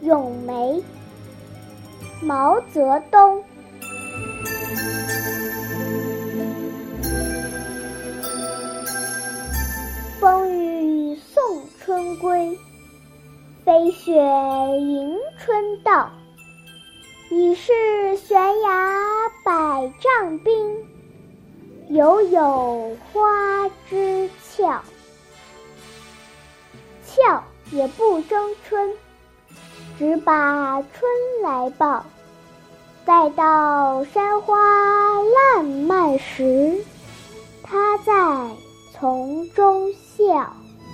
咏梅，毛泽东。风雨送春归，飞雪迎春到。已是悬崖百丈冰，犹有花枝俏。俏也不争春，只把春来报。待到山花烂漫时，他在丛中笑。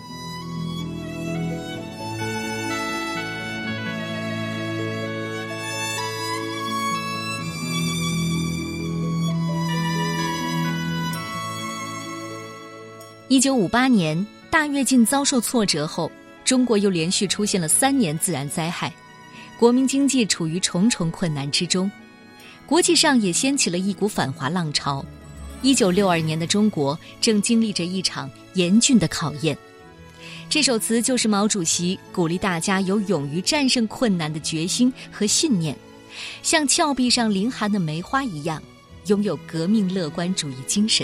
1958年，大跃进遭受挫折后，中国又连续出现了3年自然灾害，国民经济处于重重困难之中。国际上也掀起了一股反华浪潮。1962年的中国正经历着一场严峻的考验。这首词就是毛主席鼓励大家有勇于战胜困难的决心和信念，像峭壁上凌寒的梅花一样，拥有革命乐观主义精神。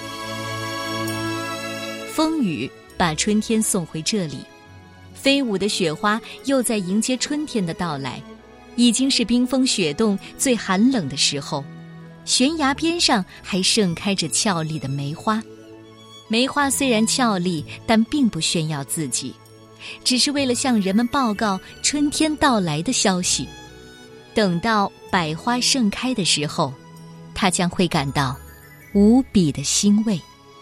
风雨把春天送回这里，飞舞的雪花又在迎接春天的到来。已经是冰封雪冻最寒冷的时候，悬崖边上还盛开着俏丽的梅花。梅花虽然俏丽，但并不炫耀自己，只是为了向人们报告春天到来的消息。等到百花盛开的时候，它将会感到无比的欣慰。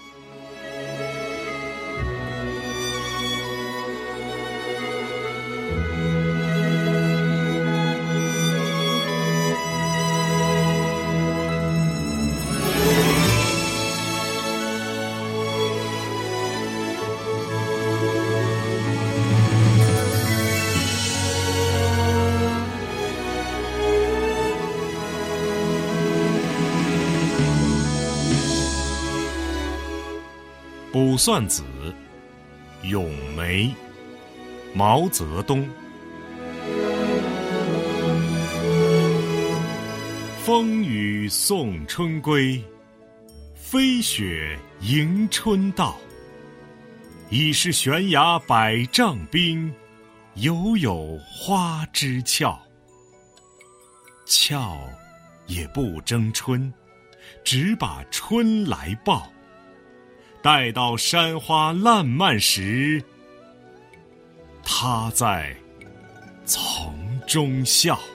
卜算子·咏梅，毛泽东。风雨送春归，飞雪迎春到。已是悬崖百丈冰，犹有花枝俏。俏也不争春，只把春来报。待到山花烂漫时，他在丛中笑。